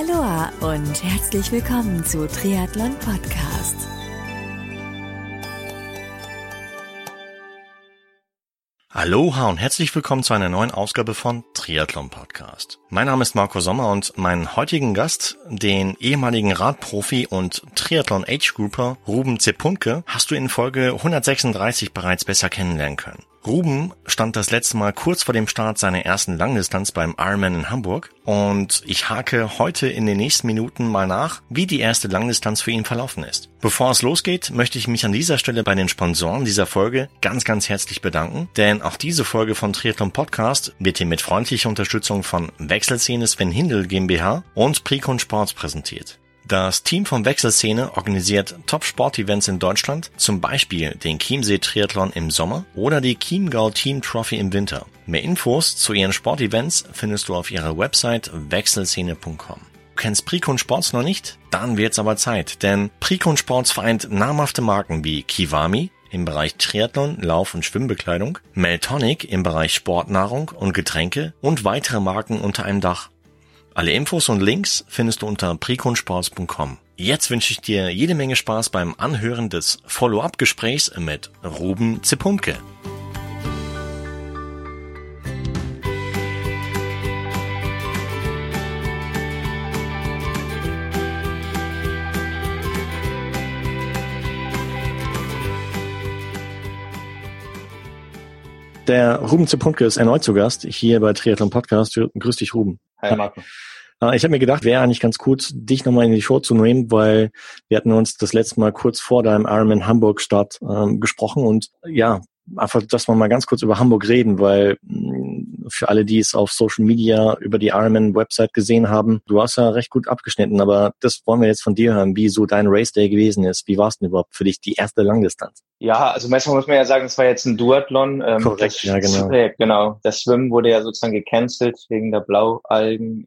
Aloha und herzlich willkommen zu Triathlon Podcast. Aloha und herzlich willkommen zu einer neuen Ausgabe von Triathlon Podcast. Mein Name ist Marco Sommer und meinen heutigen Gast, den ehemaligen Radprofi und Triathlon Age Grouper Ruben Zepunke, hast du in Folge 136 bereits besser kennenlernen können. Ruben stand das letzte Mal kurz vor dem Start seiner ersten Langdistanz beim Ironman in Hamburg und ich hake heute in den nächsten Minuten mal nach, wie die erste Langdistanz für ihn verlaufen ist. Bevor es losgeht, möchte ich mich an dieser Stelle bei den Sponsoren dieser Folge ganz herzlich bedanken, denn auch diese Folge von Triathlon Podcast wird hier mit freundlicher Unterstützung von Wechselszene Sven Hindel GmbH und Precon Sports präsentiert. Das Team von Wechselszene organisiert Top-Sport-Events in Deutschland, zum Beispiel den Chiemsee-Triathlon im Sommer oder die Chiemgau Team Trophy im Winter. Mehr Infos zu ihren Sportevents findest du auf ihrer Website wechselszene.com. Du kennst Precon Sports noch nicht? Dann wird's aber Zeit, denn Precon Sports vereint namhafte Marken wie Kiwami im Bereich Triathlon, Lauf- und Schwimmbekleidung, Meltonic im Bereich Sportnahrung und Getränke und weitere Marken unter einem Dach. Alle Infos und Links findest du unter preconsports.com. Jetzt wünsche ich dir jede Menge Spaß beim Anhören des Follow-up-Gesprächs mit Ruben Zepunke. Der Ruben Zepunke ist erneut zu Gast hier bei Triathlon Podcast. Grüß dich, Ruben. Hi, Marco. Ich habe mir gedacht, wäre eigentlich ganz gut, dich nochmal in die Show zu nehmen, weil wir hatten uns das letzte Mal kurz vor deinem Ironman Hamburg Start gesprochen und ja, einfach, dass wir mal ganz kurz über Hamburg reden, weil für alle, die es auf Social Media über die Ironman Website gesehen haben, du hast ja recht gut abgeschnitten, aber das wollen wir jetzt von dir hören, wie so dein Race Day gewesen ist. Wie war es denn überhaupt für dich, die erste Langdistanz? Ja, also meistens muss man ja sagen, es war jetzt ein Duathlon. Korrekt, ja genau. Genau, das Schwimmen wurde ja sozusagen gecancelt wegen der Blaualgen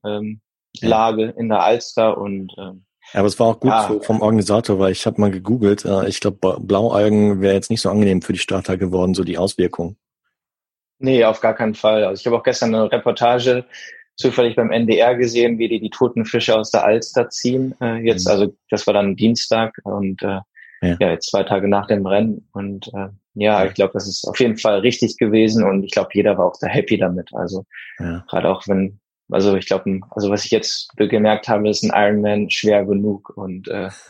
Lage in der Alster und ja, aber es war auch gut so vom Organisator, weil ich habe mal gegoogelt. Ich glaube, Blaualgen wäre jetzt nicht so angenehm für die Starter geworden, so die Auswirkungen. Nee, auf gar keinen Fall. Also ich habe auch gestern eine Reportage zufällig beim NDR gesehen, wie die toten Fische aus der Alster ziehen. Also das war dann Dienstag und jetzt 2 Tage nach dem Rennen. Und ich glaube, das ist auf jeden Fall richtig gewesen und ich glaube, jeder war auch da happy damit. Also gerade auch wenn ich glaube, was ich jetzt gemerkt habe, ist ein Ironman schwer genug und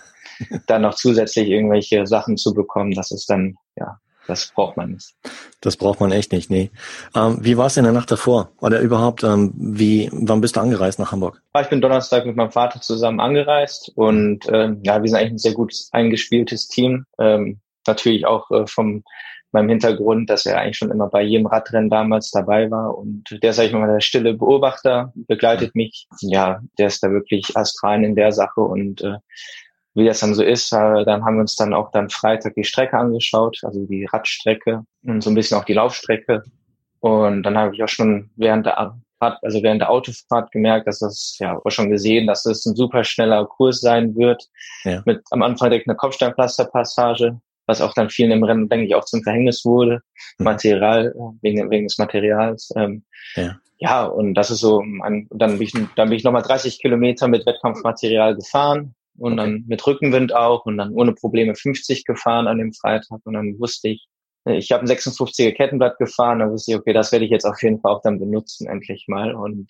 dann noch zusätzlich irgendwelche Sachen zu bekommen, das ist dann, das braucht man nicht. Das braucht man echt nicht, nee. Wie war es in der Nacht davor? Oder überhaupt, wann bist du angereist nach Hamburg? Ich bin Donnerstag mit meinem Vater zusammen angereist und wir sind eigentlich ein sehr gut eingespieltes Team. Natürlich auch von meinem Hintergrund, dass er eigentlich schon immer bei jedem Radrennen damals dabei war und der, sag ich mal, der stille Beobachter, begleitet mich. Ja, der ist da wirklich astrein in der Sache und wie das dann so ist, dann haben wir uns dann auch Freitag die Strecke angeschaut, also die Radstrecke und so ein bisschen auch die Laufstrecke und dann habe ich auch schon während der Autofahrt gemerkt, dass das auch schon gesehen, dass das ein super schneller Kurs sein wird, mit am Anfang direkt eine Kopfsteinpflasterpassage, was auch dann vielen im Rennen, denke ich, auch zum Verhängnis wurde, wegen des Materials. Und das ist so, dann bin ich nochmal 30 Kilometer mit Wettkampfmaterial gefahren und dann mit Rückenwind auch und dann ohne Probleme 50 gefahren an dem Freitag und dann wusste ich habe ein 56er Kettenblatt gefahren, dann wusste ich, okay, das werde ich jetzt auf jeden Fall auch dann benutzen, endlich mal und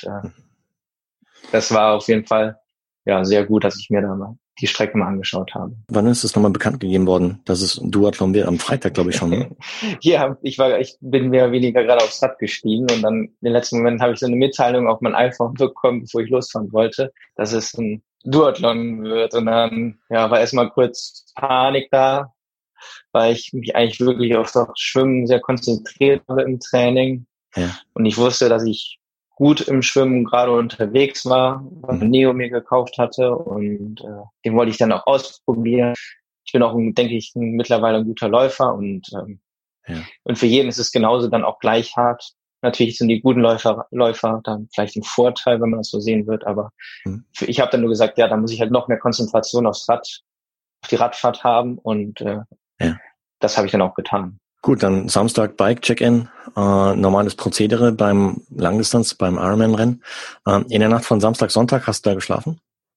das war auf jeden Fall sehr gut, dass ich mir da mal die Strecke mal angeschaut habe. Wann ist es nochmal bekannt gegeben worden, dass es ein Duathlon wird? Am Freitag, glaube ich schon, ne? Ja, ich bin mehr oder weniger gerade aufs Rad gestiegen und dann im letzten Moment habe ich so eine Mitteilung auf mein iPhone bekommen, bevor ich losfahren wollte, dass es ein Duathlon wird und dann war erstmal kurz Panik da, weil ich mich eigentlich wirklich auf das Schwimmen sehr konzentriert habe im Training und ich wusste, dass ich gut im Schwimmen gerade unterwegs war, einen Neo mir gekauft hatte und den wollte ich dann auch ausprobieren. Ich bin auch, denke ich, mittlerweile ein guter Läufer und für jeden ist es genauso dann auch gleich hart. Natürlich sind die guten Läufer dann vielleicht ein Vorteil, wenn man das so sehen wird, aber ich habe dann nur gesagt, dann muss ich halt noch mehr Konzentration auf die Radfahrt haben und das habe ich dann auch getan. Gut, dann Samstag Bike-Check-In, normales Prozedere beim Langdistanz, beim Ironman-Rennen. In der Nacht von Samstag, Sonntag hast du da geschlafen?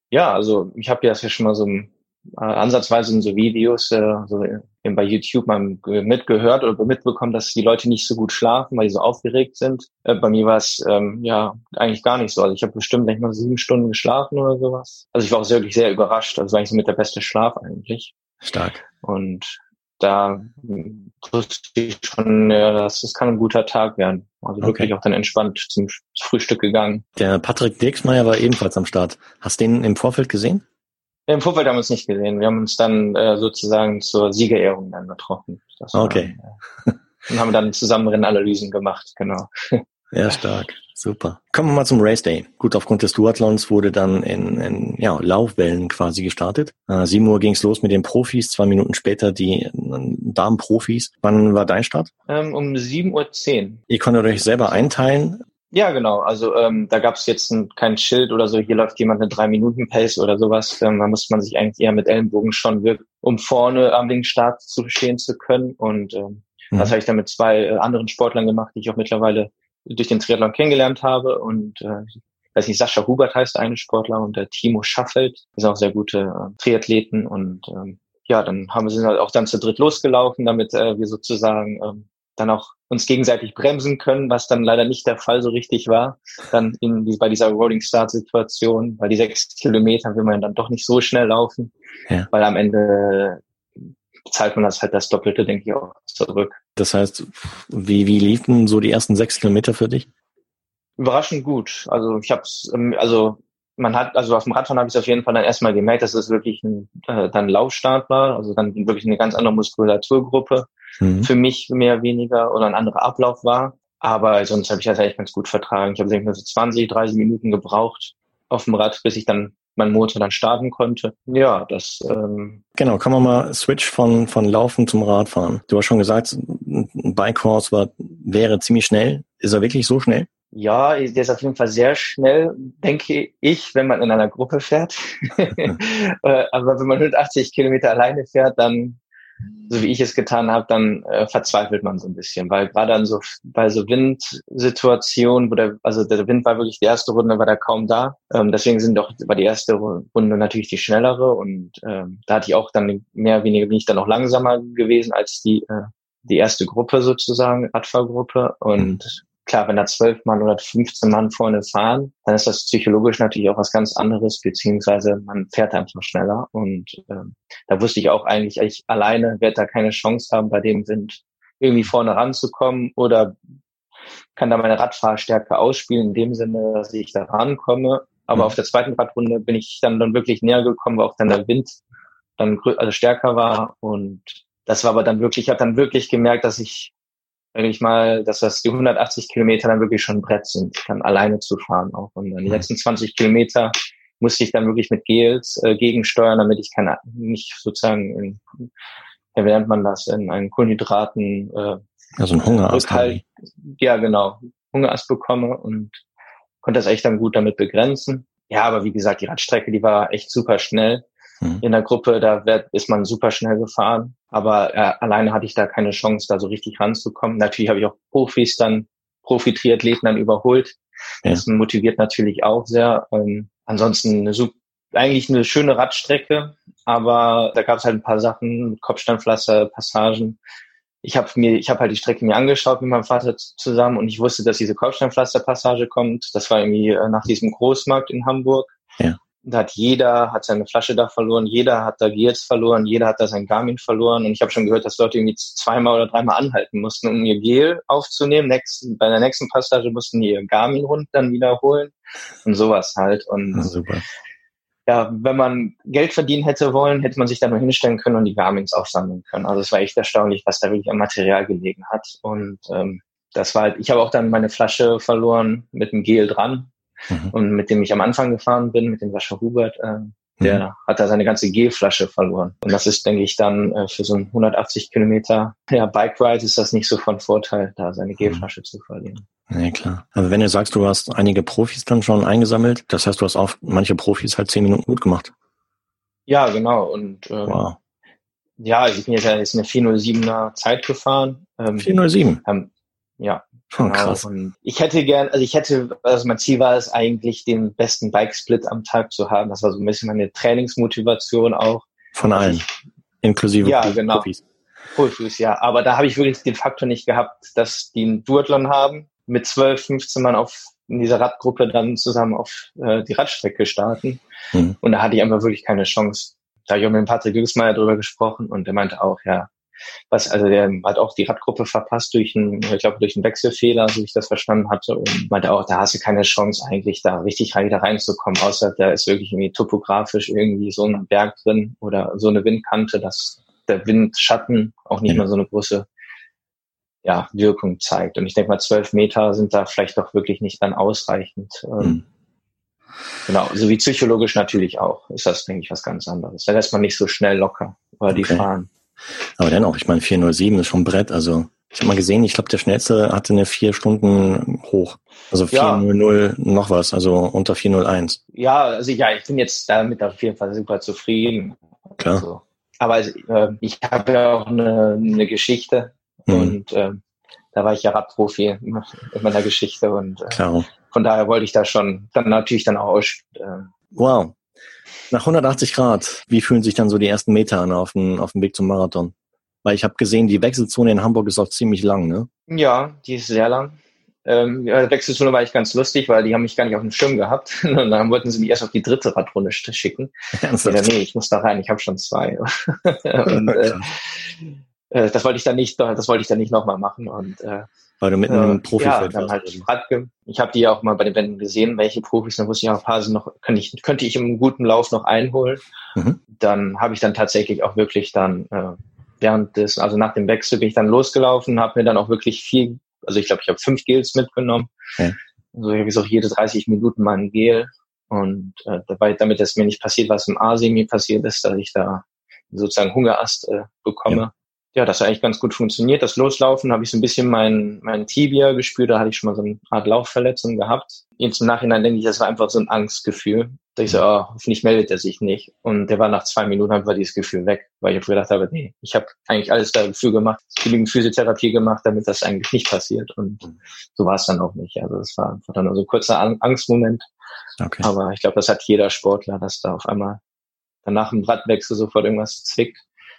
Ja, also ich habe das ja schon mal so ansatzweise in so Videos so bei YouTube mal mitgehört oder mitbekommen, dass die Leute nicht so gut schlafen, weil die so aufgeregt sind. Bei mir war es eigentlich gar nicht so. Also ich habe bestimmt nicht mal 7 Stunden geschlafen oder sowas. Also ich war auch wirklich sehr überrascht. Also eigentlich so mit der beste Schlaf eigentlich. Stark. Und da wusste ich schon, das kann ein guter Tag werden. Also wirklich auch dann entspannt zum Frühstück gegangen. Der Patrick Dirksmeier war ebenfalls am Start. Hast du den im Vorfeld gesehen? Im Vorfeld haben wir uns nicht gesehen. Wir haben uns dann sozusagen zur Siegerehrung dann getroffen. Okay. Und haben dann zusammen Rennanalysen gemacht, genau. Ja, stark. Super. Kommen wir mal zum Race Day. Gut, aufgrund des Duathlons wurde dann in Laufwellen quasi gestartet. 7 Uhr ging's los mit den Profis, 2 Minuten später die Damenprofis. Wann war dein Start? Um 7:10 Uhr. Ihr konntet euch selber einteilen? Ja, genau. Also da gab's jetzt kein Schild oder so, hier läuft jemand eine 3-Minuten-Pace oder sowas. Da muss man sich eigentlich eher mit Ellenbogen schon wirken, um vorne am den Start stehen zu können. Und das habe ich dann mit 2 anderen Sportlern gemacht, die ich auch mittlerweile durch den Triathlon kennengelernt habe. Und weiß nicht, Sascha Hubert heißt der eine Sportler und der Timo Schaffelt. Die sind auch sehr gute Triathleten. Und dann sind wir auch dann zu dritt losgelaufen, damit wir sozusagen dann auch uns gegenseitig bremsen können, was dann leider nicht der Fall so richtig war. Dann bei dieser Rolling Start Situation, weil die 6 Kilometer will man dann doch nicht so schnell laufen, weil am Ende zahlt man das Doppelte, denke ich, auch zurück. Das heißt, wie liefen so die ersten 6 Kilometer für dich? Überraschend gut. Also ich hab's, auf dem Radfahren habe ich es auf jeden Fall dann erstmal gemerkt, dass es wirklich dann Laufstart war, also dann wirklich eine ganz andere Muskulaturgruppe für mich mehr oder weniger oder ein anderer Ablauf war. Aber sonst habe ich das eigentlich ganz gut vertragen. Ich habe so 20, 30 Minuten gebraucht auf dem Rad, bis ich dann meinen Motor dann starten konnte. Ja, das Genau, kann man mal switch von Laufen zum Radfahren. Du hast schon gesagt, ein Bike Horse wäre ziemlich schnell. Ist er wirklich so schnell? Ja, der ist auf jeden Fall sehr schnell, denke ich, wenn man in einer Gruppe fährt. Aber wenn man 180 Kilometer alleine fährt, dann, so wie ich es getan habe, dann verzweifelt man so ein bisschen, weil gerade bei so Windsituationen, der Wind war wirklich die erste Runde, war da kaum da. Deswegen war die erste Runde natürlich die schnellere und da hatte ich auch dann mehr oder weniger bin ich dann noch langsamer gewesen als die erste Gruppe sozusagen, Radfahrgruppe und klar, wenn da 12 Mann oder 15 Mann vorne fahren, dann ist das psychologisch natürlich auch was ganz anderes, beziehungsweise man fährt einfach schneller. Und da wusste ich auch eigentlich, ich alleine werde da keine Chance haben, bei dem Wind irgendwie vorne ranzukommen oder kann da meine Radfahrstärke ausspielen, in dem Sinne, dass ich da rankomme. Aber auf der zweiten Radrunde bin ich dann wirklich näher gekommen, weil auch dann der Wind dann stärker war. Und das war aber dann wirklich, ich habe dann wirklich gemerkt, dass die 180 Kilometer dann wirklich schon ein Brett sind, dann alleine zu fahren auch. Und dann die letzten 20 Kilometer musste ich dann wirklich mit Gels gegensteuern, damit ich nicht sozusagen wie nennt man das, in einen Kohlenhydraten also ein Hungerast. Ja, genau, Hungerast bekomme und konnte das echt dann gut damit begrenzen. Ja, aber wie gesagt, die Radstrecke, die war echt super schnell. In der Gruppe, da ist man super schnell gefahren, aber alleine hatte ich da keine Chance, da so richtig ranzukommen. Natürlich habe ich auch Profi-Triathleten dann überholt. Ja. Das motiviert natürlich auch sehr. Ansonsten eigentlich eine schöne Radstrecke, aber da gab es halt ein paar Sachen mit Kopfsteinpflaster, Passagen. Ich habe halt die Strecke mir angeschaut mit meinem Vater zusammen und ich wusste, dass diese Kopfsteinpflaster-Passage kommt. Das war irgendwie nach diesem Großmarkt in Hamburg. Ja. Da jeder hat seine Flasche da verloren, jeder hat da Gels verloren, jeder hat da sein Garmin verloren und ich habe schon gehört, dass Leute irgendwie 2-mal oder 3-mal anhalten mussten, um ihr Gel aufzunehmen. Bei der nächsten Passage mussten die ihr Garmin dann wiederholen und sowas halt. Und super. Ja, wenn man Geld verdienen hätte wollen, hätte man sich da nur hinstellen können und die Garmins aufsammeln können. Also es war echt erstaunlich, was da wirklich am Material gelegen hat. Und das war halt, ich habe auch dann meine Flasche verloren mit dem Gel dran. Und mit dem ich am Anfang gefahren bin, mit dem Sascha Hubert, der hat da seine ganze Gelflasche verloren. Und das ist, denke ich, dann für so ein 180 Kilometer Bike Ride ist das nicht so von Vorteil, da seine Gelflasche zu verlieren. Ja, klar. Aber wenn du sagst, du hast einige Profis dann schon eingesammelt, das heißt, du hast auch manche Profis halt 10 Minuten gut gemacht. Ja, genau. Und wow. Ja, also ich bin jetzt eine 4:07er Zeit gefahren. 4:07? Ja. Oh, krass. Und also mein Ziel war es eigentlich, den besten Bikesplit am Tag zu haben. Das war so ein bisschen meine Trainingsmotivation auch. Von allen, inklusive Profis. Profis, ja. Aber da habe ich wirklich den Faktor nicht gehabt, dass die einen Duathlon haben, mit 12, 15 Mann in dieser Radgruppe dann zusammen auf die Radstrecke starten. Mhm. Und da hatte ich einfach wirklich keine Chance. Da habe ich auch mit dem Patrick Glücksmeier drüber gesprochen und der meinte auch, ja, der hat auch die Radgruppe verpasst durch einen Wechselfehler, so wie ich das verstanden hatte, und meinte auch, da hast du keine Chance eigentlich da richtig wieder reinzukommen, außer da ist wirklich irgendwie topografisch irgendwie so ein Berg drin oder so eine Windkante, dass der Windschatten auch nicht mehr so eine große Wirkung zeigt. Und ich denke mal, 12 Meter sind da vielleicht doch wirklich nicht dann ausreichend. Genau, so wie psychologisch natürlich auch, ist das, denke ich, was ganz anderes. Da lässt man nicht so schnell locker, weil die fahren. Aber dennoch, ich meine, 4:07 ist schon ein Brett. Also ich habe mal gesehen, ich glaube, der Schnellste hatte eine 4 Stunden hoch. Also 4:00 noch was, also unter 4:01. Ja, also ich bin jetzt damit auf jeden Fall super zufrieden. Klar. Also, aber ich habe ja auch eine Geschichte und da war ich ja Radprofi in meiner Geschichte und von daher wollte ich da schon dann natürlich auch Wow. Nach 180 Grad, wie fühlen sich dann so die ersten Meter an auf dem Weg zum Marathon? Weil ich habe gesehen, die Wechselzone in Hamburg ist auch ziemlich lang, ne? Ja, die ist sehr lang. Die Wechselzone war echt ganz lustig, weil die haben mich gar nicht auf dem Schirm gehabt. Und dann wollten sie mich erst auf die 3. Radrunde schicken. Nee, ich muss da rein, ich habe schon 2. Und das wollte ich dann nicht nochmal machen. Und weil du mitten im Profifeld dann halt ich habe die ja auch mal bei den Wänden gesehen, welche Profis, dann wusste ich auch, ein paar sind noch, könnte ich im guten Lauf noch einholen. Dann habe ich dann tatsächlich auch wirklich dann also nach dem Wechsel bin ich dann losgelaufen, habe mir dann auch wirklich viel, also ich glaube, ich habe 5 Gels mitgenommen. Okay. Also ich habe auch jede 30 Minuten mal ein Gel und damit es mir nicht passiert, was im Asien mir passiert ist, dass ich da sozusagen Hungerast bekomme. Ja, das hat eigentlich ganz gut funktioniert. Das Loslaufen habe ich so ein bisschen mein Tibia gespürt, da hatte ich schon mal so eine Art Laufverletzung gehabt. Jetzt im Nachhinein denke ich, das war einfach so ein Angstgefühl. Da ich so, hoffentlich meldet er sich nicht. Und der war nach 2 Minuten, war dieses Gefühl weg, weil ich gedacht habe, nee, ich habe eigentlich alles dafür gemacht, genügend Physiotherapie gemacht, damit das eigentlich nicht passiert. Und so war es dann auch nicht. Also das war einfach dann nur so ein kurzer Angstmoment. Okay. Aber ich glaube, das hat jeder Sportler, dass da auf einmal danach im Radwechsel sofort irgendwas zwickt.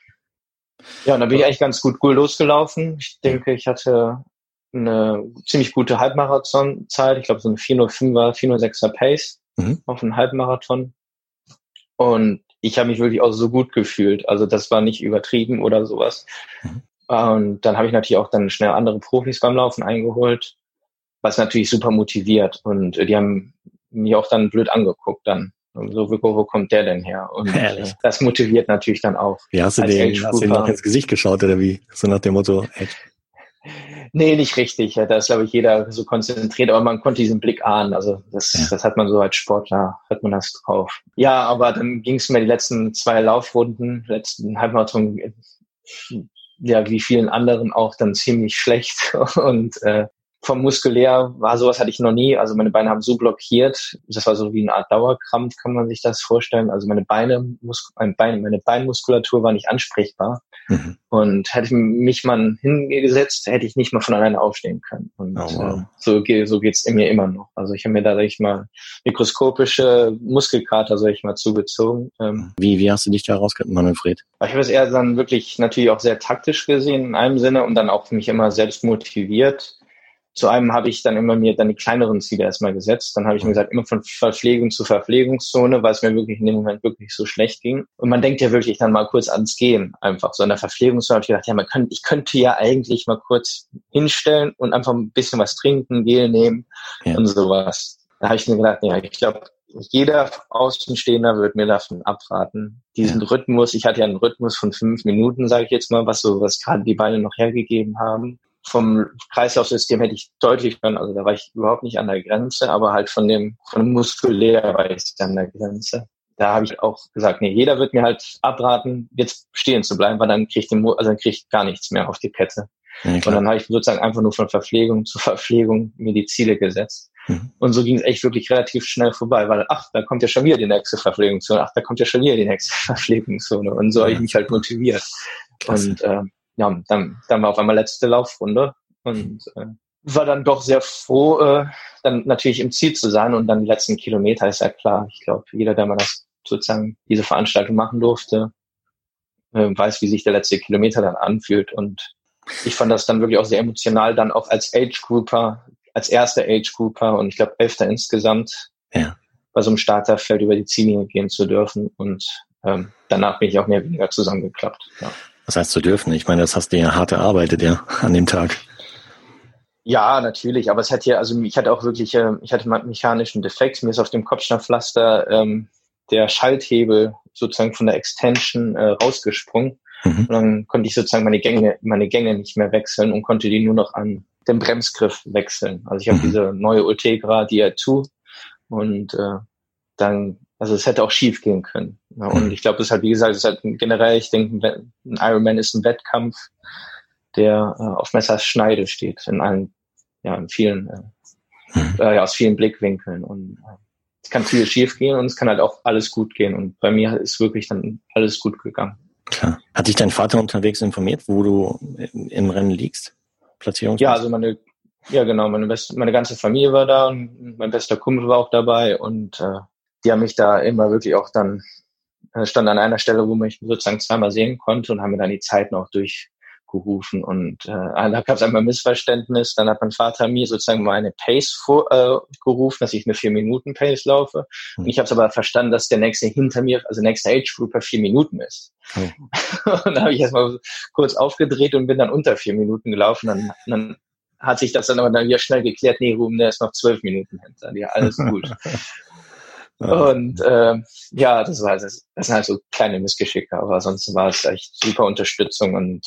Ja, und dann bin ich eigentlich ganz gut losgelaufen. Ich denke, ich hatte eine ziemlich gute Halbmarathonzeit. Ich glaube, so eine 4:05er, 4:06er Pace auf einen Halbmarathon. Und ich habe mich wirklich auch so gut gefühlt. Also das war nicht übertrieben oder sowas. Und dann habe ich natürlich auch dann schnell andere Profis beim Laufen eingeholt, was natürlich super motiviert. Und die haben mich auch dann blöd angeguckt dann. So, wo kommt der denn her? Und das motiviert natürlich dann auch. Wie hast du den noch ins Gesicht geschaut oder wie? So nach dem Motto, Nee, nicht richtig. Da ist, glaube ich, jeder so konzentriert, aber man konnte diesen Blick ahnen. Also das hat man so als Sportler, hat man das drauf. Ja, aber dann ging es mir die letzten 2 Laufrunden, letzten Halbmarathon, wie vielen anderen auch dann ziemlich schlecht. Und vom Muskulär sowas hatte ich noch nie. Also meine Beine haben so blockiert. Das war so wie eine Art Dauerkrampf, kann man sich das vorstellen. Also meine Beinmuskulatur war nicht ansprechbar. Und hätte mich mal hingesetzt, hätte ich nicht mal von alleine aufstehen können. Und so geht's mir immer noch. Also ich habe mir da, sag ich mal, mikroskopische Muskelkater, sag ich mal, zugezogen. Wie hast du dich da rausgemanövriert? Ich habe es eher dann wirklich natürlich auch sehr taktisch gesehen in einem Sinne und dann auch mich immer selbst motiviert. Zu einem habe ich dann immer mir dann die kleineren Ziele erstmal gesetzt. Dann habe ich mir gesagt, immer von Verpflegung zu Verpflegungszone, weil es mir wirklich in dem Moment wirklich so schlecht ging. Und man denkt ja wirklich dann mal kurz ans Gehen einfach. So in der Verpflegungszone habe ich gedacht, ich könnte ja eigentlich mal kurz hinstellen und einfach ein bisschen was trinken, Gel nehmen und sowas. Da habe ich mir gedacht, ich glaube, jeder Außenstehender wird mir davon abraten. Diesen Rhythmus, ich hatte ja einen Rhythmus von 5 Minuten, sage ich jetzt mal, was gerade die Beine noch hergegeben haben. Vom Kreislaufsystem hätte ich deutlich können, also da war ich überhaupt nicht an der Grenze, aber halt von dem Muskulär war ich an der Grenze. Da habe ich auch gesagt, jeder wird mir halt abraten, jetzt stehen zu bleiben, weil dann kriege ich gar nichts mehr auf die Kette. Und dann habe ich sozusagen einfach nur von Verpflegung zu Verpflegung mir die Ziele gesetzt. Und so ging es echt wirklich relativ schnell vorbei, weil, da kommt ja schon wieder die nächste Verpflegungszone, da kommt ja schon wieder die nächste Verpflegungszone. Und so habe ich mich halt motiviert. Klasse. Und dann war auf einmal letzte Laufrunde und war dann doch sehr froh, dann natürlich im Ziel zu sein und dann die letzten Kilometer ist ja klar. Ich glaube, jeder, der mal das sozusagen diese Veranstaltung machen durfte, weiß, wie sich der letzte Kilometer dann anfühlt. Und ich fand das dann wirklich auch sehr emotional, dann auch als Age-Grouper, als erster Age-Grouper und ich glaube 11. insgesamt bei so einem Starterfeld über die Ziellinie gehen zu dürfen. Und danach bin ich auch mehr oder weniger zusammengeklappt. Ja. Das heißt zu dürfen? Ich meine, das hast du ja hart erarbeitet, ja, an dem Tag. Ja, natürlich, aber es hat ich hatte auch wirklich, ich hatte einen mechanischen Defekt. Mir ist auf dem Kopfsteinpflaster der Schalthebel sozusagen von der Extension rausgesprungen. Und dann konnte ich sozusagen meine Gänge nicht mehr wechseln und konnte die nur noch an dem Bremsgriff wechseln. Also ich habe diese neue Ultegra DR2 und also es hätte auch schief gehen können. Ja, und ich glaube, das ist halt, wie gesagt, es ist halt generell, ich denke, ein Ironman ist ein Wettkampf, der auf Messers Schneide steht, in vielen, aus vielen Blickwinkeln. Und es kann viel schief gehen und es kann halt auch alles gut gehen. Und bei mir ist wirklich dann alles gut gegangen. Klar. Hat dich dein Vater unterwegs informiert, wo du im Rennen liegst? Platzierungsmäßig? Ja, also meine ganze Familie war da und mein bester Kumpel war auch dabei und die haben mich da immer wirklich auch dann, stand an einer Stelle, wo man mich sozusagen zweimal sehen konnte und haben mir dann die Zeiten auch durchgerufen und da gab es einmal ein Missverständnis, dann hat mein Vater mir sozusagen mal eine Pace gerufen, dass ich eine 4-Minuten-Pace laufe und ich habe es aber verstanden, dass der nächste hinter mir, also nächster Age-Grouper 4 Minuten ist. Und da habe ich erstmal kurz aufgedreht und bin dann unter 4 Minuten gelaufen, dann hat sich das dann aber dann wieder schnell geklärt, nee, Ruben, der ist noch 12 Minuten hinter dir, alles gut. Und das sind halt so kleine Missgeschicke, aber sonst war es echt super Unterstützung und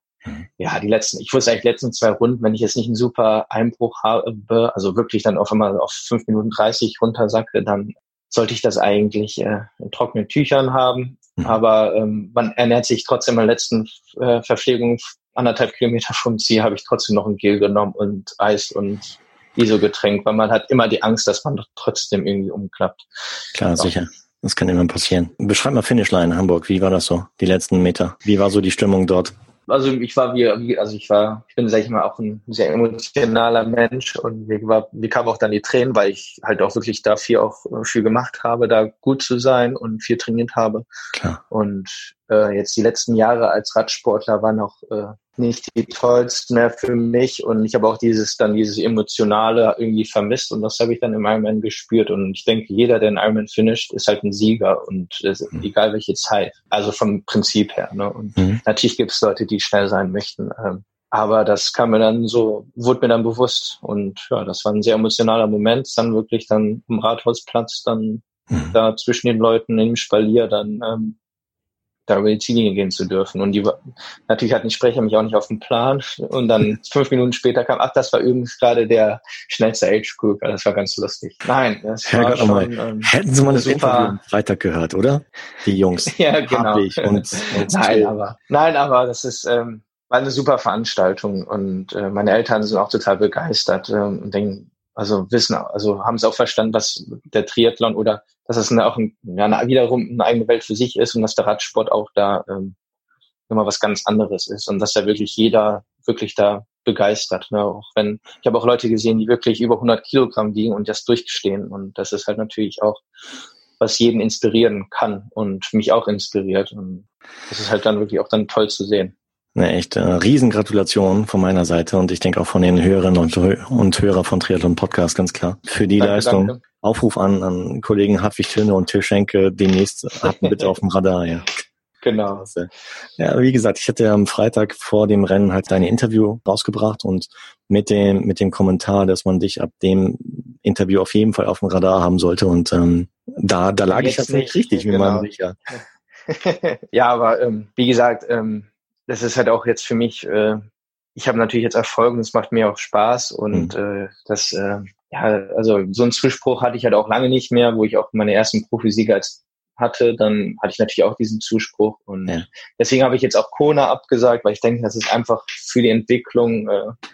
ich wusste eigentlich die letzten 2 Runden, wenn ich jetzt nicht einen super Einbruch habe, also wirklich dann auf einmal auf 5 Minuten 30 runtersacke, dann sollte ich das eigentlich in trockenen Tüchern haben. Aber man ernährt sich trotzdem in der letzten Verpflegung 1,5 Kilometer vom Ziel, habe ich trotzdem noch ein Gel genommen und Eis und ISO-Getränk, weil man hat immer die Angst, dass man doch trotzdem irgendwie umklappt. Klar, sicher. Das kann immer passieren. Beschreib mal Finishline in Hamburg. Wie war das so, die letzten Meter? Wie war so die Stimmung dort? Also ich bin, sag ich mal, auch ein sehr emotionaler Mensch und mir kamen auch dann die Tränen, weil ich halt auch wirklich da viel gemacht habe, da gut zu sein und viel trainiert habe. Klar. Und jetzt die letzten Jahre als Radsportler waren auch nicht die tollsten mehr für mich und ich habe auch dieses Emotionale irgendwie vermisst und das habe ich dann im Ironman gespürt und ich denke, jeder, der einen Ironman finisht, ist halt ein Sieger und egal welche Zeit, also vom Prinzip her. Ne? Und natürlich gibt es Leute, die schnell sein möchten, aber das wurde mir dann bewusst und ja, das war ein sehr emotionaler Moment, dann wirklich dann im Rathausplatz, dann da zwischen den Leuten im Spalier dann da über die Ziellinie gehen zu dürfen. Und natürlich hatten die Sprecher mich auch nicht auf dem Plan. Und dann 5 Minuten später kam, das war übrigens gerade der schnellste Age-Group. Das war ganz lustig. Nein, das war schon hätten Sie mal das Interview am Freitag gehört, oder? Die Jungs. Ja, genau. Und Nein, aber das ist war eine super Veranstaltung. Und meine Eltern sind auch total begeistert und denken, haben es auch verstanden, was der Triathlon oder dass es wiederum eine eigene Welt für sich ist und dass der Radsport auch da immer was ganz anderes ist und dass da wirklich jeder wirklich da begeistert. Ne? Ich habe auch Leute gesehen, die wirklich über 100 Kilogramm wiegen und das durchstehen und das ist halt natürlich auch, was jeden inspirieren kann und mich auch inspiriert und das ist halt dann wirklich auch dann toll zu sehen. Eine echt Riesengratulation von meiner Seite und ich denke auch von den Hörerinnen und Hörer von Triathlon Podcast, ganz klar. Für die Leistung. Danke. Aufruf an Kollegen Hartwig Töne und Till Schenke, demnächst hatten bitte auf dem Radar, ja. Genau. Ja, wie gesagt, ich hatte am Freitag vor dem Rennen halt dein Interview rausgebracht und mit dem Kommentar, dass man dich ab dem Interview auf jeden Fall auf dem Radar haben sollte und da lag ich jetzt nicht richtig, wie man sicher. Ja, aber wie gesagt, das ist halt auch jetzt für mich, ich habe natürlich jetzt Erfolg und es macht mir auch Spaß und also so einen Zuspruch hatte ich halt auch lange nicht mehr, wo ich auch meine ersten Profisieger hatte, dann hatte ich natürlich auch diesen Zuspruch und deswegen habe ich jetzt auch Kona abgesagt, weil ich denke, das ist einfach für die Entwicklung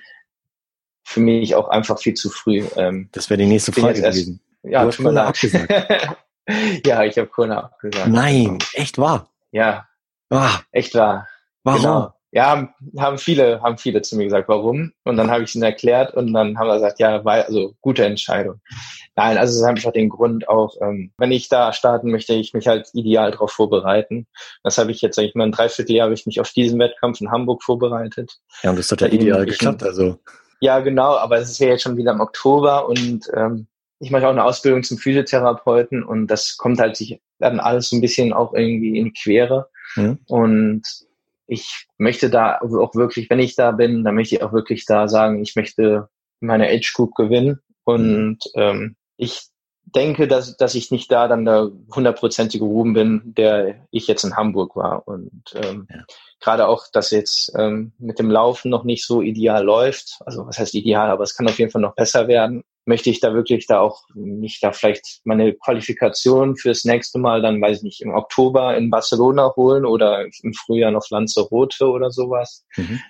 für mich auch einfach viel zu früh. Das wäre die nächste Frage gewesen. Ja, du hast Kona abgesagt. Ja, ich habe Kona abgesagt. Nein, echt wahr? Ja, Ah. echt wahr. Warum? Genau. Ja, haben viele zu mir gesagt, warum. Und dann habe ich es ihnen erklärt und dann haben wir gesagt, ja, also gute Entscheidung. Nein, also es ist einfach den Grund auch, wenn ich da starten möchte, ich mich halt ideal darauf vorbereiten. Das habe ich jetzt, sag ich mal, ein Dreivierteljahr habe ich mich auf diesen Wettkampf in Hamburg vorbereitet. Ja, und das hat ja ideal geklappt, also. Ja, genau, aber es ist ja jetzt schon wieder im Oktober und ich mache auch eine Ausbildung zum Physiotherapeuten und das kommt halt sich dann alles so ein bisschen auch irgendwie in die Quere. Und ich möchte da auch wirklich, wenn ich da bin, dann möchte ich auch wirklich da sagen, ich möchte meine Age Group gewinnen. Und ich denke, dass ich nicht da dann der 100%ige Ruben bin, der ich jetzt in Hamburg war. Und gerade auch, dass jetzt mit dem Laufen noch nicht so ideal läuft, also was heißt ideal, aber es kann auf jeden Fall noch besser werden, möchte ich da wirklich da auch mich da vielleicht meine Qualifikation fürs nächste Mal dann, weiß ich nicht, im Oktober in Barcelona holen oder im Frühjahr auf Lanzarote oder sowas,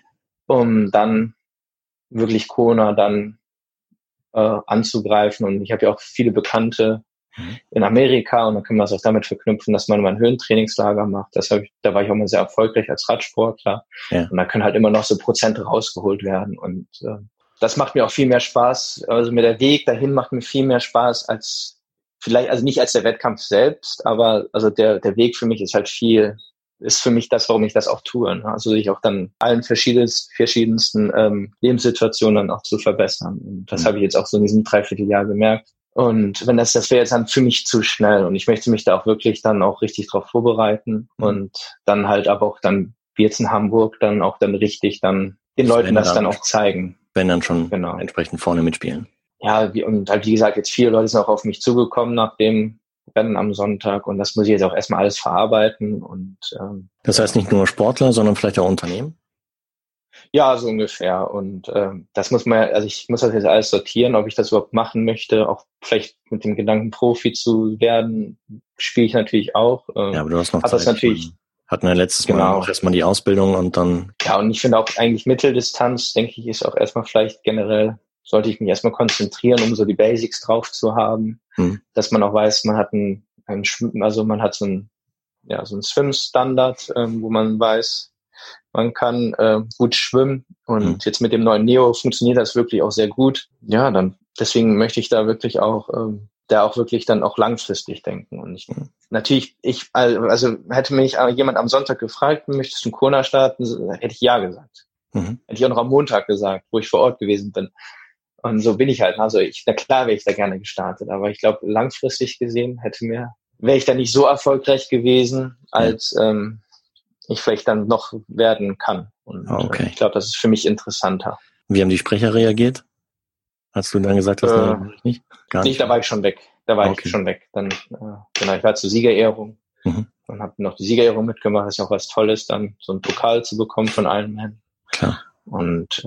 um dann wirklich Kona dann anzugreifen. Und ich habe ja auch viele Bekannte in Amerika und dann kann man das auch damit verknüpfen, dass man mal ein Höhentrainingslager macht. Da war ich auch mal sehr erfolgreich als Radsportler. Ja. Und da können halt immer noch so Prozente rausgeholt werden. Und das macht mir auch viel mehr Spaß. Also mir der Weg dahin macht mir viel mehr Spaß als vielleicht, also nicht als der Wettkampf selbst, aber also der Weg für mich ist für mich das, warum ich das auch tue. Ne? Also sich auch dann allen verschiedensten Lebenssituationen dann auch zu verbessern. Und das habe ich jetzt auch so in diesem Dreivierteljahr gemerkt. Und wenn das wäre jetzt dann für mich zu schnell. Und ich möchte mich da auch wirklich dann auch richtig drauf vorbereiten und dann halt aber auch dann, wie jetzt in Hamburg, dann auch dann richtig dann den Leuten das dann auch zeigen. Wenn dann schon entsprechend vorne mitspielen. Ja, und halt wie gesagt, jetzt viele Leute sind auch auf mich zugekommen nach dem Rennen am Sonntag und das muss ich jetzt auch erstmal alles verarbeiten. Und das heißt nicht nur Sportler, sondern vielleicht auch Unternehmen? Ja, so ungefähr. Und das muss man, also ich muss das jetzt alles sortieren, ob ich das überhaupt machen möchte, auch vielleicht mit dem Gedanken, Profi zu werden, spiele ich natürlich auch. Ja, aber du hast noch Zeit. Das natürlich, hatten wir letztes Mal auch erstmal die Ausbildung und dann... Ja, und ich finde auch eigentlich Mitteldistanz, denke ich, ist auch erstmal vielleicht generell, sollte ich mich erstmal konzentrieren, um so die Basics drauf zu haben, dass man auch weiß, man hat man hat so ein Swim-Standard, wo man weiß, man kann gut schwimmen und jetzt mit dem neuen Neo funktioniert das wirklich auch sehr gut. Ja, dann deswegen möchte ich da wirklich auch wirklich dann auch langfristig denken. Und also hätte mich jemand am Sonntag gefragt, möchtest du in Kona starten, hätte ich ja gesagt. Hätte ich auch noch am Montag gesagt, wo ich vor Ort gewesen bin. Und so bin ich halt. Also na klar wäre ich da gerne gestartet, aber ich glaube, langfristig gesehen wäre ich da nicht so erfolgreich gewesen, als ich vielleicht dann noch werden kann. Und ich glaube, das ist für mich interessanter. Wie haben die Sprecher reagiert? Hast du dann gesagt, das nicht? Gar nicht. Da war ich schon weg. Ich schon weg. Dann, ich war zur Siegerehrung und habe noch die Siegerehrung mitgemacht. Das ist ja auch was Tolles, dann so einen Pokal zu bekommen von allen Männern. Klar. Und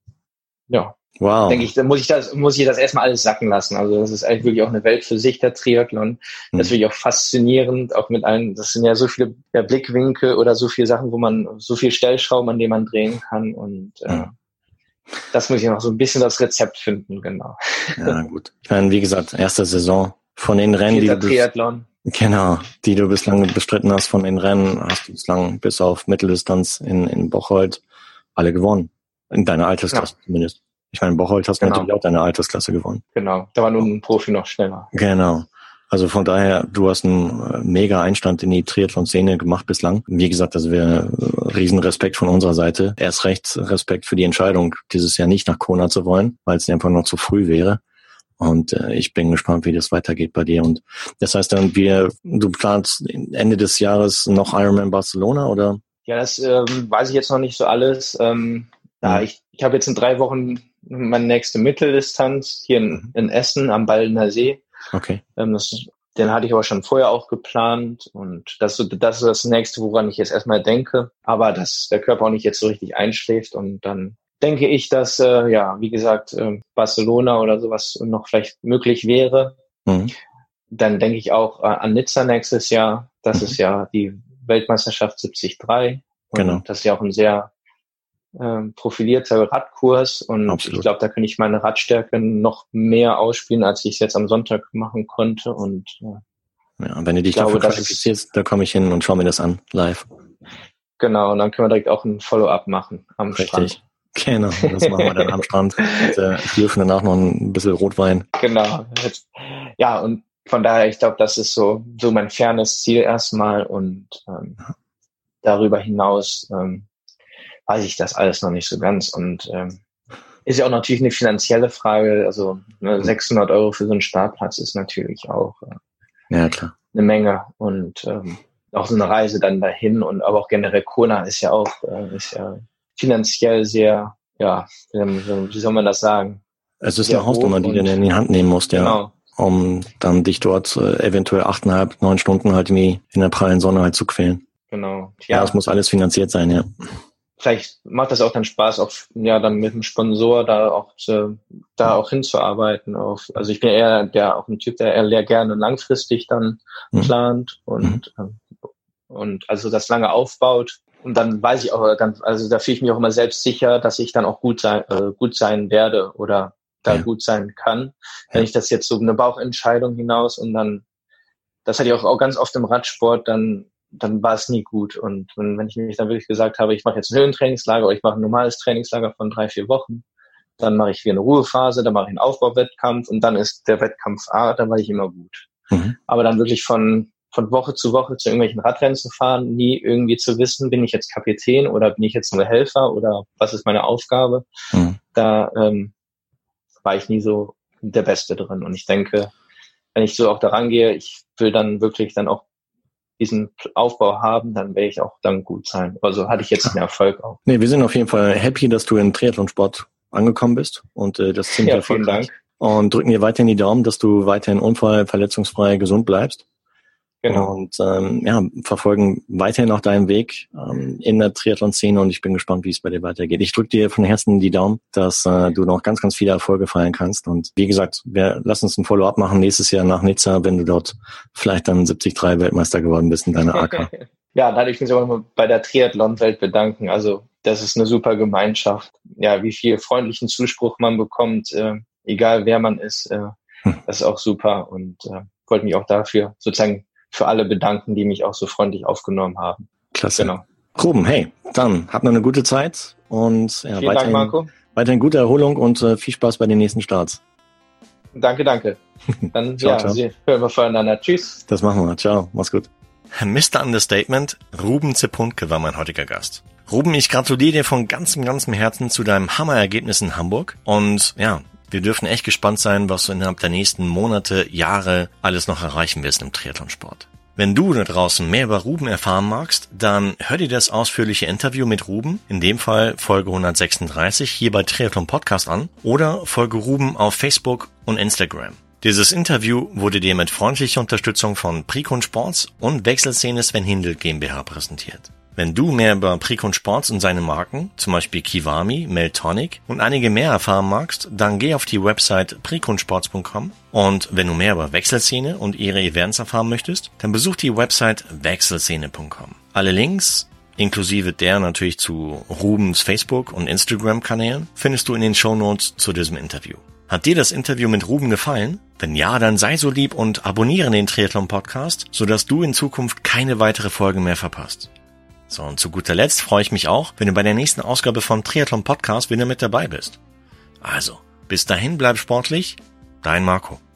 wow. Denke ich, dann muss ich das erstmal alles sacken lassen. Also das ist eigentlich wirklich auch eine Welt für sich, der Triathlon. Das ist wirklich auch faszinierend, auch mit allen, das sind ja so viele Blickwinkel oder so viele Sachen, wo man, so viel Stellschrauben, an denen man drehen kann und das muss ich noch so ein bisschen das Rezept finden, genau. Ja, gut. Ich meine, wie gesagt, erste Saison von den Rennen, die du bislang bestritten hast, von den Rennen hast du bislang bis auf Mitteldistanz in Bocholt alle gewonnen. In deiner Altersklasse zumindest. Ich meine, in Bocholt hast du natürlich auch deine Altersklasse gewonnen. Genau, da war nur ein Profi noch schneller. Genau. Also von daher, du hast einen mega Einstand in die Triathlon-Szene gemacht bislang. Wie gesagt, das wäre riesen Respekt von unserer Seite. Erst recht Respekt für die Entscheidung, dieses Jahr nicht nach Kona zu wollen, weil es einfach noch zu früh wäre. Und ich bin gespannt, wie das weitergeht bei dir. Und das heißt dann, du planst Ende des Jahres noch Ironman Barcelona, oder? Ja, das weiß ich jetzt noch nicht so alles. Ich habe jetzt in 3 Wochen meine nächste Mitteldistanz hier in Essen am Baldener See. Okay. Den hatte ich aber schon vorher auch geplant und das ist das Nächste, woran ich jetzt erstmal denke. Aber dass der Körper auch nicht jetzt so richtig einschläft und dann denke ich, dass, wie gesagt, Barcelona oder sowas noch vielleicht möglich wäre. Dann denke ich auch an Nizza nächstes Jahr. Das ist ja die Weltmeisterschaft 73. Genau. Das ist ja auch ein sehr profilierter Radkurs und Absolut. Ich glaube, da kann ich meine Radstärke noch mehr ausspielen, als ich es jetzt am Sonntag machen konnte. Und wenn du dich dafür qualifizierst, da komme ich hin und schaue mir das an, live. Genau, und dann können wir direkt auch ein Follow-up machen am Strand. Genau, das machen wir dann am Strand. Wir dürfen danach noch ein bisschen Rotwein. Genau. Ja, und von daher, ich glaube, das ist so mein fernes Ziel erstmal und darüber hinaus weiß ich das alles noch nicht so ganz und ist ja auch natürlich eine finanzielle Frage, also 600 € für so einen Startplatz ist natürlich auch ja, klar. Eine Menge und auch so eine Reise dann dahin und aber auch generell Kona ist ja finanziell sehr, ja, wie soll man das sagen? Es ist eine Hausnummer, die du in die Hand nehmen musst, ja, genau. Um dann dich dort eventuell 8,5, 9 Stunden halt in der prallen Sonne halt zu quälen. Genau. Ja, das muss alles finanziert sein, ja. Vielleicht macht das auch dann Spaß, dann mit dem Sponsor da auch hinzuarbeiten. Also ich bin eher auch ein Typ, der eher gerne langfristig dann plant und also das lange aufbaut. Und dann weiß ich auch also da fühle ich mich auch immer selbst sicher, dass ich dann auch gut sein werde oder da gut sein kann. Wenn ich das jetzt so eine Bauchentscheidung hinaus und dann, das hatte ich auch ganz oft im Radsport, dann war es nie gut. Und wenn ich mich dann wirklich gesagt habe, ich mache jetzt ein Höhentrainingslager oder ich mache ein normales Trainingslager von 3-4 Wochen, dann mache ich wieder eine Ruhephase, dann mache ich einen Aufbauwettkampf und dann ist der Wettkampf dann war ich immer gut. Aber dann wirklich von Woche zu irgendwelchen Radrennen zu fahren, nie irgendwie zu wissen, bin ich jetzt Kapitän oder bin ich jetzt nur Helfer oder was ist meine Aufgabe, da war ich nie so der Beste drin. Und ich denke, wenn ich so auch daran gehe, ich will dann wirklich dann auch diesen Aufbau haben, dann werde ich auch dann gut sein. Also hatte ich jetzt einen Erfolg auch. Nee, wir sind auf jeden Fall happy, dass du im Triathlonsport angekommen bist und das ziemlich erfolgreich. Vielen Dank. Und drücken dir weiterhin die Daumen, dass du weiterhin verletzungsfrei, gesund bleibst. Genau. Und verfolgen weiterhin auch deinen Weg in der Triathlon-Szene und ich bin gespannt, wie es bei dir weitergeht. Ich drücke dir von Herzen die Daumen, dass du noch ganz, ganz viele Erfolge feiern kannst. Und wie gesagt, lass uns ein Follow-up machen nächstes Jahr nach Nizza, wenn du dort vielleicht dann 73 Weltmeister geworden bist in deiner AK. Ja, da hatte ich mich auch mal bei der Triathlon-Welt bedanken. Also das ist eine super Gemeinschaft. Ja, wie viel freundlichen Zuspruch man bekommt, egal wer man ist, das ist auch super. Und wollte mich auch dafür sozusagen für alle bedanken, die mich auch so freundlich aufgenommen haben. Klasse. Genau. Ruben, hey, dann habt noch eine gute Zeit und vielen Dank, Marco. Weiterhin gute Erholung und viel Spaß bei den nächsten Starts. Danke. Dann ciao. Hören wir voneinander. Tschüss. Das machen wir. Ciao. Mach's gut. Mr. Understatement, Ruben Zepuntke war mein heutiger Gast. Ruben, ich gratuliere dir von ganzem Herzen zu deinem Hammerergebnis in Hamburg und ja, wir dürfen echt gespannt sein, was du innerhalb der nächsten Monate, Jahre alles noch erreichen wirst im Triathlonsport. Wenn du da draußen mehr über Ruben erfahren magst, dann hör dir das ausführliche Interview mit Ruben, in dem Fall Folge 136 hier bei Triathlon Podcast an oder folge Ruben auf Facebook und Instagram. Dieses Interview wurde dir mit freundlicher Unterstützung von Precon Sports und Wechselszene Sven Hindel GmbH präsentiert. Wenn du mehr über Precon Sports und seine Marken, zum Beispiel Kiwami, Meltonic und einige mehr erfahren magst, dann geh auf die Website preconsports.com und wenn du mehr über Wechselszene und ihre Events erfahren möchtest, dann besuch die Website wechselszene.com. Alle Links, inklusive der natürlich zu Rubens Facebook- und Instagram-Kanälen, findest du in den Shownotes zu diesem Interview. Hat dir das Interview mit Ruben gefallen? Wenn ja, dann sei so lieb und abonniere den Triathlon-Podcast, sodass du in Zukunft keine weitere Folge mehr verpasst. So, und zu guter Letzt freue ich mich auch, wenn du bei der nächsten Ausgabe von Triathlon Podcast wieder mit dabei bist. Also, bis dahin bleib sportlich, dein Marco.